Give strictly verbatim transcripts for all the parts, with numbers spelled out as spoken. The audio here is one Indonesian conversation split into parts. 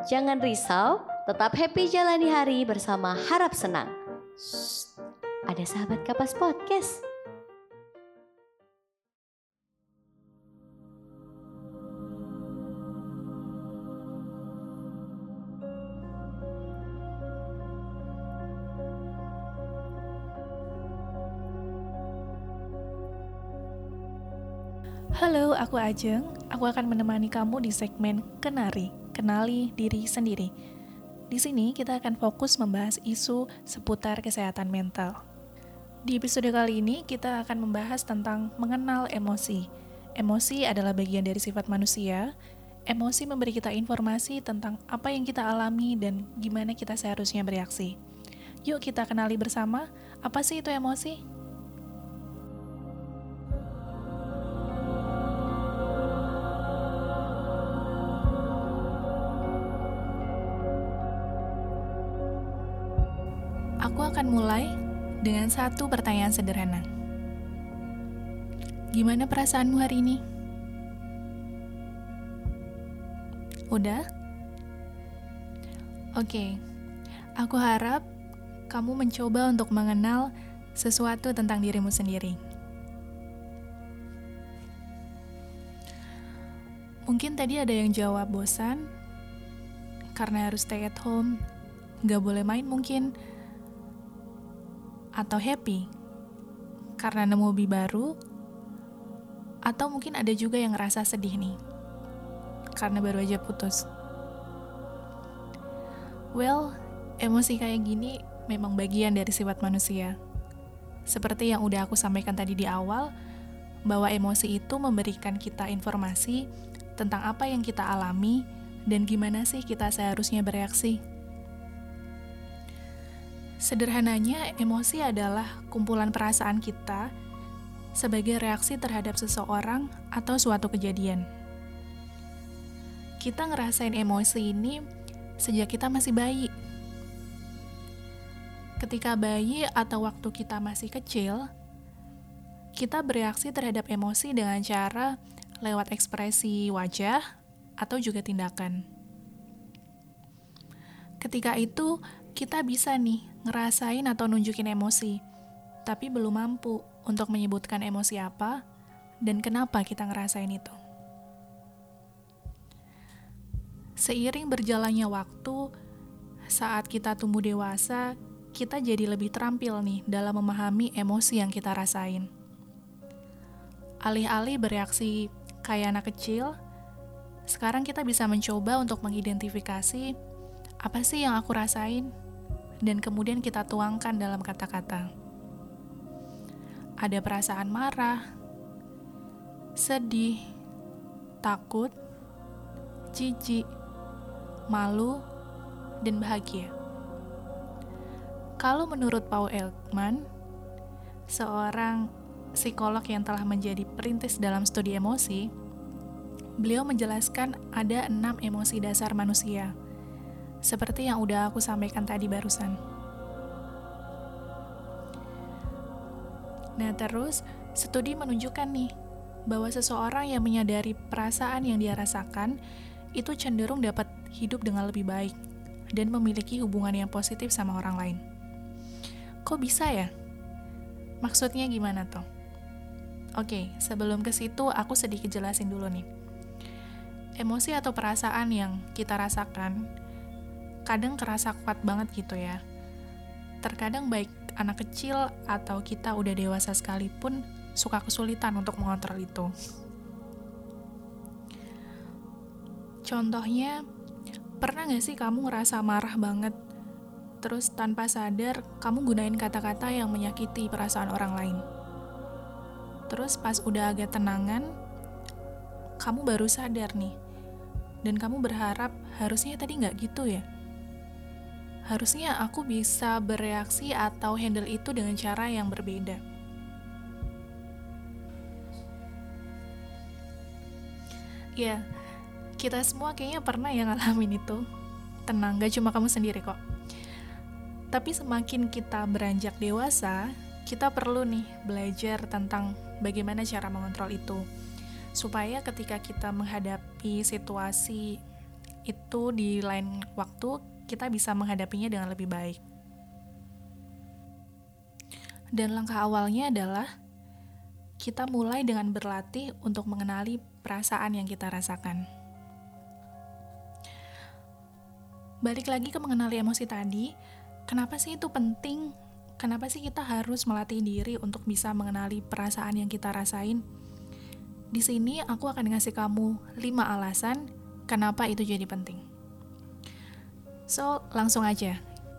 Jangan risau, tetap happy jalani hari bersama Harap Senang. Shh, ada sahabat Kapas Podcast. Halo, aku Ajeng. Aku akan menemani kamu di segmen Kenari, Kenali Diri Sendiri. Di sini kita akan fokus membahas isu seputar kesehatan mental. Di episode kali ini kita akan membahas tentang mengenal emosi. Emosi adalah bagian dari sifat manusia. Emosi memberi kita informasi tentang apa yang kita alami dan gimana kita seharusnya bereaksi. Yuk kita kenali bersama, apa sih itu emosi? Aku akan mulai dengan satu pertanyaan sederhana. Gimana perasaanmu hari ini? Udah? Oke, aku harap kamu mencoba untuk mengenal sesuatu tentang dirimu sendiri. Mungkin tadi ada yang jawab bosan, karena harus stay at home, gak boleh main mungkin, atau happy karena nemu hobi baru, atau mungkin ada juga yang ngerasa sedih nih karena baru aja putus. Well, emosi kayak gini memang bagian dari sifat manusia. Seperti yang udah aku sampaikan tadi di awal, bahwa emosi itu memberikan kita informasi tentang apa yang kita alami dan gimana sih kita seharusnya bereaksi. Sederhananya, emosi adalah kumpulan perasaan kita sebagai reaksi terhadap seseorang atau suatu kejadian. Kita ngerasain emosi ini sejak kita masih bayi. Ketika bayi atau waktu kita masih kecil, kita bereaksi terhadap emosi dengan cara lewat ekspresi wajah atau juga tindakan. Ketika itu, kita bisa nih ngerasain atau nunjukin emosi, tapi belum mampu untuk menyebutkan emosi apa dan kenapa kita ngerasain itu. Seiring berjalannya waktu, saat kita tumbuh dewasa, kita jadi lebih terampil nih dalam memahami emosi yang kita rasain. Alih-alih bereaksi kayak anak kecil, sekarang kita bisa mencoba untuk mengidentifikasi apa sih yang aku rasain, dan kemudian kita tuangkan dalam kata-kata. Ada perasaan marah, sedih, takut, jijik, malu, dan bahagia. Kalau menurut Paul Ekman, seorang psikolog yang telah menjadi perintis dalam studi emosi, beliau menjelaskan ada enam emosi dasar manusia, seperti yang udah aku sampaikan tadi barusan. Nah terus, studi menunjukkan nih, bahwa seseorang yang menyadari perasaan yang dia rasakan, itu cenderung dapat hidup dengan lebih baik, dan memiliki hubungan yang positif sama orang lain. Kok bisa ya? Maksudnya gimana toh? Oke, sebelum ke situ aku sedikit jelasin dulu nih. Emosi atau perasaan yang kita rasakan kadang kerasa kuat banget gitu ya. Terkadang baik anak kecil atau kita udah dewasa sekalipun suka kesulitan untuk mengontrol itu. Contohnya, pernah gak sih kamu ngerasa marah banget, terus tanpa sadar kamu gunain kata-kata yang menyakiti perasaan orang lain? Terus pas udah agak tenangan, kamu baru sadar nih, dan kamu berharap harusnya tadi gak gitu ya? Harusnya aku bisa bereaksi atau handle itu dengan cara yang berbeda. Ya, kita semua kayaknya pernah yang ngalamin itu. Tenang, gak cuma kamu sendiri kok. Tapi semakin kita beranjak dewasa, kita perlu nih belajar tentang bagaimana cara mengontrol itu. Supaya ketika kita menghadapi situasi itu di lain waktu kita bisa menghadapinya dengan lebih baik. Dan langkah awalnya adalah kita mulai dengan berlatih untuk mengenali perasaan yang kita rasakan. Balik lagi ke mengenali emosi tadi, kenapa sih itu penting? Kenapa sih kita harus melatih diri untuk bisa mengenali perasaan yang kita rasain? Di sini aku akan ngasih kamu lima alasan kenapa itu jadi penting. So, langsung aja.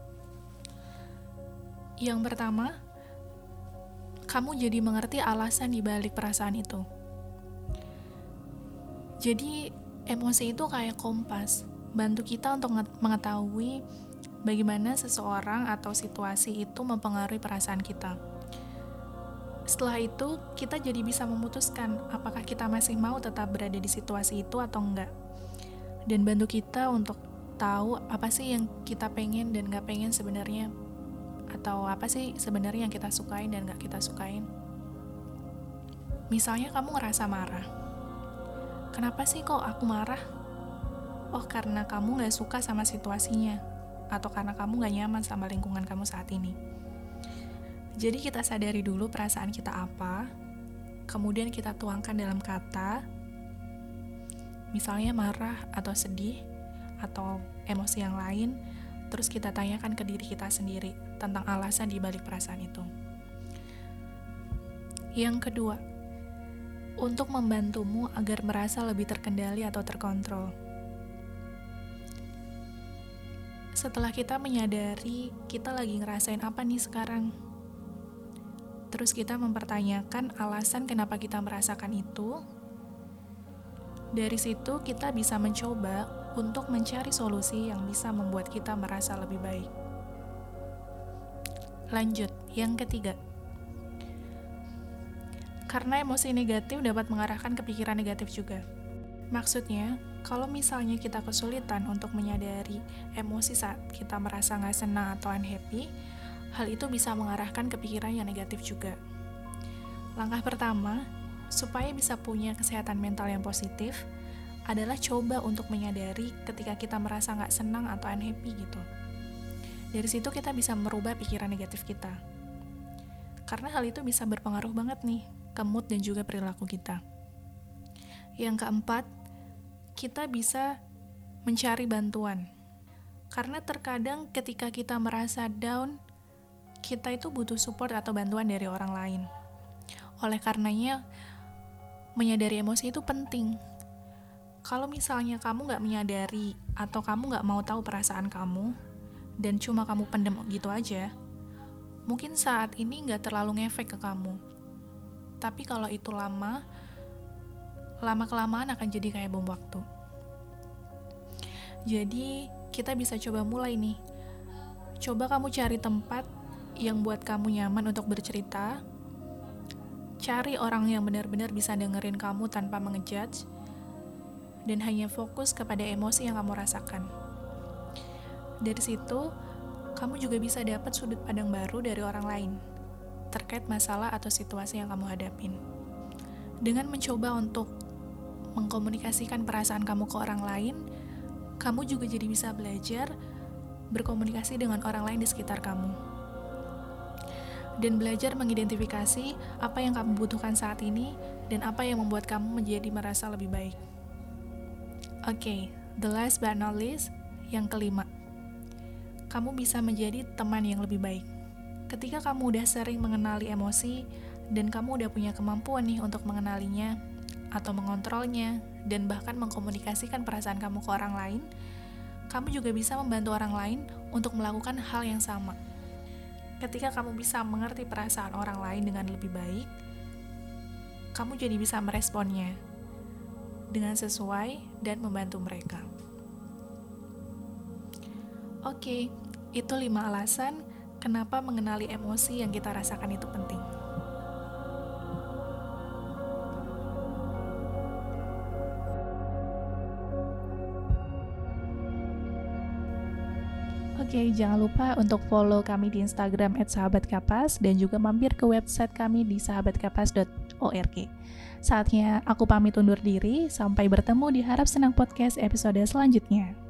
Yang pertama, kamu jadi mengerti alasan di balik perasaan itu. Jadi, emosi itu kayak kompas, bantu kita untuk mengetahui bagaimana seseorang atau situasi itu mempengaruhi perasaan kita. Setelah itu, kita jadi bisa memutuskan apakah kita masih mau tetap berada di situasi itu atau enggak. Dan bantu kita untuk tahu apa sih yang kita pengen dan gak pengen sebenarnya. Atau apa sih sebenarnya yang kita sukain dan gak kita sukain. Misalnya kamu ngerasa marah. Kenapa sih kok aku marah? Oh, karena kamu gak suka sama situasinya. Atau karena kamu gak nyaman sama lingkungan kamu saat ini. Jadi kita sadari dulu perasaan kita apa, kemudian kita tuangkan dalam kata, misalnya marah atau sedih, atau emosi yang lain, terus kita tanyakan ke diri kita sendiri tentang alasan di balik perasaan itu. Yang kedua, untuk membantumu agar merasa lebih terkendali atau terkontrol. Setelah kita menyadari kita lagi ngerasain apa nih sekarang, terus kita mempertanyakan alasan kenapa kita merasakan itu. Dari situ kita bisa mencoba untuk mencari solusi yang bisa membuat kita merasa lebih baik. Lanjut, yang ketiga. Karena emosi negatif dapat mengarahkan ke pikiran negatif juga. Maksudnya, kalau misalnya kita kesulitan untuk menyadari emosi saat kita merasa nggak senang atau unhappy, hal itu bisa mengarahkan ke pikiran yang negatif juga. Langkah pertama, supaya bisa punya kesehatan mental yang positif, adalah coba untuk menyadari ketika kita merasa nggak senang atau unhappy gitu. Dari situ kita bisa merubah pikiran negatif kita. Karena hal itu bisa berpengaruh banget nih ke mood dan juga perilaku kita. Yang keempat, kita bisa mencari bantuan. Karena terkadang ketika kita merasa down, kita itu butuh support atau bantuan dari orang lain. Oleh karenanya, menyadari emosi itu penting. Kalau misalnya kamu gak menyadari atau kamu gak mau tahu perasaan kamu, dan cuma kamu pendem gitu aja, mungkin saat ini gak terlalu ngefek ke kamu. Tapi kalau itu lama, lama-kelamaan akan jadi kayak bom waktu. Jadi, kita bisa coba mulai nih. Coba kamu cari tempat yang buat kamu nyaman untuk bercerita. Cari orang yang benar-benar bisa dengerin kamu tanpa mengejudge, dan hanya fokus kepada emosi yang kamu rasakan. Dari situ, kamu juga bisa dapat sudut pandang baru dari orang lain terkait masalah atau situasi yang kamu hadapin. Dengan mencoba untuk mengkomunikasikan perasaan kamu ke orang lain, kamu juga jadi bisa belajar berkomunikasi dengan orang lain di sekitar kamu. Dan belajar mengidentifikasi apa yang kamu butuhkan saat ini dan apa yang membuat kamu menjadi merasa lebih baik. Oke, okay, the last but not least, yang kelima. Kamu bisa menjadi teman yang lebih baik. Ketika kamu udah sering mengenali emosi dan kamu udah punya kemampuan nih untuk mengenalinya atau mengontrolnya dan bahkan mengkomunikasikan perasaan kamu ke orang lain, kamu juga bisa membantu orang lain untuk melakukan hal yang sama. Ketika kamu bisa mengerti perasaan orang lain dengan lebih baik, kamu jadi bisa meresponnya dengan sesuai dan membantu mereka. Oke, itu lima alasan kenapa mengenali emosi yang kita rasakan itu penting. Oke, jangan lupa untuk follow kami di Instagram et sahabat kapas dan juga mampir ke website kami di sahabat kapas dot org. Saatnya aku pamit undur diri, sampai bertemu di Harap Senang Podcast episode selanjutnya.